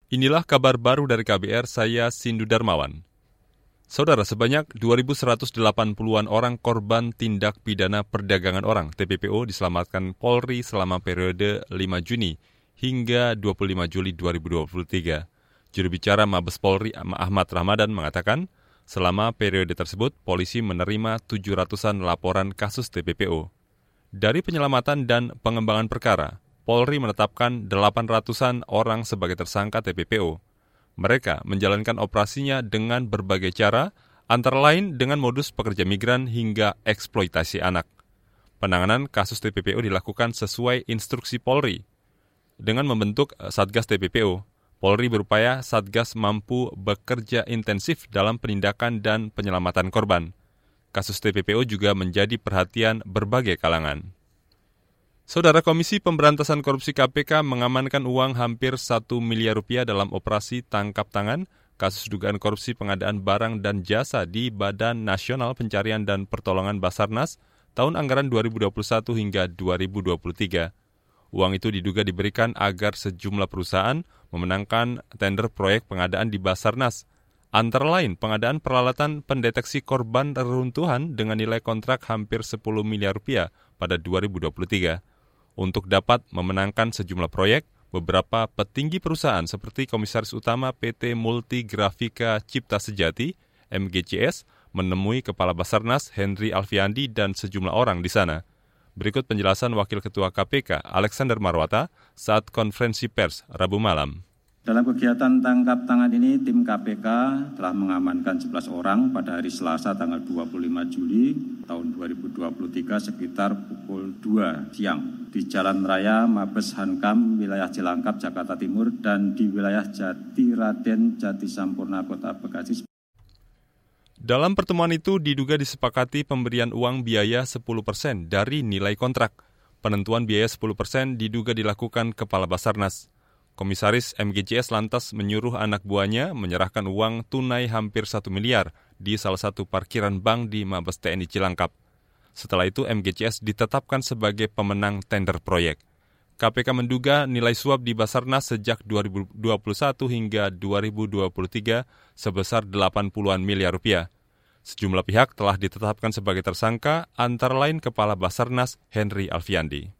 Inilah kabar baru dari KBR, saya Sindu Darmawan. Saudara, sebanyak 2.180-an orang korban tindak pidana perdagangan orang (TPPO) diselamatkan Polri selama periode 5 Juni hingga 25 Juli 2023. Juru bicara Mabes Polri Ahmad Ramadan mengatakan, selama periode tersebut, polisi menerima 700-an laporan kasus TPPO. Dari penyelamatan dan pengembangan perkara, Polri menetapkan 800-an orang sebagai tersangka TPPO. Mereka menjalankan operasinya dengan berbagai cara, antara lain dengan modus pekerja migran hingga eksploitasi anak. Penanganan kasus TPPO dilakukan sesuai instruksi Polri. Dengan membentuk Satgas TPPO, Polri berupaya Satgas mampu bekerja intensif dalam penindakan dan penyelamatan korban. Kasus TPPO juga menjadi perhatian berbagai kalangan. Saudara, Komisi Pemberantasan Korupsi KPK mengamankan uang hampir 1 miliar rupiah dalam operasi tangkap tangan kasus dugaan korupsi pengadaan barang dan jasa di Badan Nasional Pencarian dan Pertolongan Basarnas tahun anggaran 2021 hingga 2023. Uang itu diduga diberikan agar sejumlah perusahaan memenangkan tender proyek pengadaan di Basarnas, antara lain pengadaan peralatan pendeteksi korban reruntuhan dengan nilai kontrak hampir 10 miliar rupiah pada 2023. Untuk dapat memenangkan sejumlah proyek, beberapa petinggi perusahaan seperti Komisaris Utama PT Multigrafika Cipta Sejati, MGCS, menemui Kepala Basarnas Henry Alfiandi dan sejumlah orang di sana. Berikut penjelasan Wakil Ketua KPK Alexander Marwata saat konferensi pers Rabu malam. Dalam kegiatan tangkap tangan ini, tim KPK telah mengamankan 11 orang pada hari Selasa tanggal 25 Juli tahun 2023 sekitar pukul 2 siang di Jalan Raya Mabes Hankam, wilayah Cilangkap, Jakarta Timur, dan di wilayah Jati Raden Jati Sampurna, Kota Bekasi. Dalam pertemuan itu diduga disepakati pemberian uang biaya 10% dari nilai kontrak. Penentuan biaya 10% diduga dilakukan Kepala Basarnas. Komisaris MGCS lantas menyuruh anak buahnya menyerahkan uang tunai hampir 1 miliar di salah satu parkiran bank di Mabes TNI Cilangkap. Setelah itu MGCS ditetapkan sebagai pemenang tender proyek. KPK menduga nilai suap di Basarnas sejak 2021 hingga 2023 sebesar 80-an miliar rupiah. Sejumlah pihak telah ditetapkan sebagai tersangka, antara lain Kepala Basarnas Henry Alfiandi.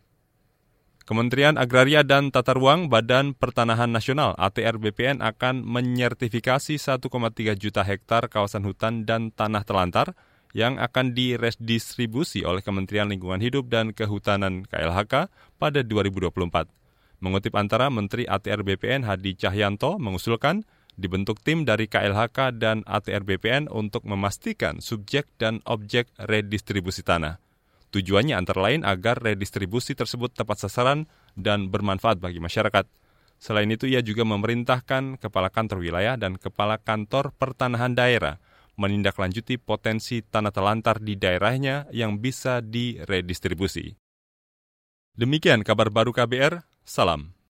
Kementerian Agraria dan Tata Ruang Badan Pertanahan Nasional ATR BPN akan menyertifikasi 1,3 juta hektar kawasan hutan dan tanah telantar yang akan diredistribusi oleh Kementerian Lingkungan Hidup dan Kehutanan KLHK pada 2024. Mengutip antara Menteri ATR BPN Hadi Cahyanto mengusulkan dibentuk tim dari KLHK dan ATR BPN untuk memastikan subjek dan objek redistribusi tanah. Tujuannya antara lain agar redistribusi tersebut tepat sasaran dan bermanfaat bagi masyarakat. Selain itu, ia juga memerintahkan Kepala Kantor Wilayah dan Kepala Kantor Pertanahan Daerah menindaklanjuti potensi tanah telantar di daerahnya yang bisa diredistribusi. Demikian kabar baru KBR, salam.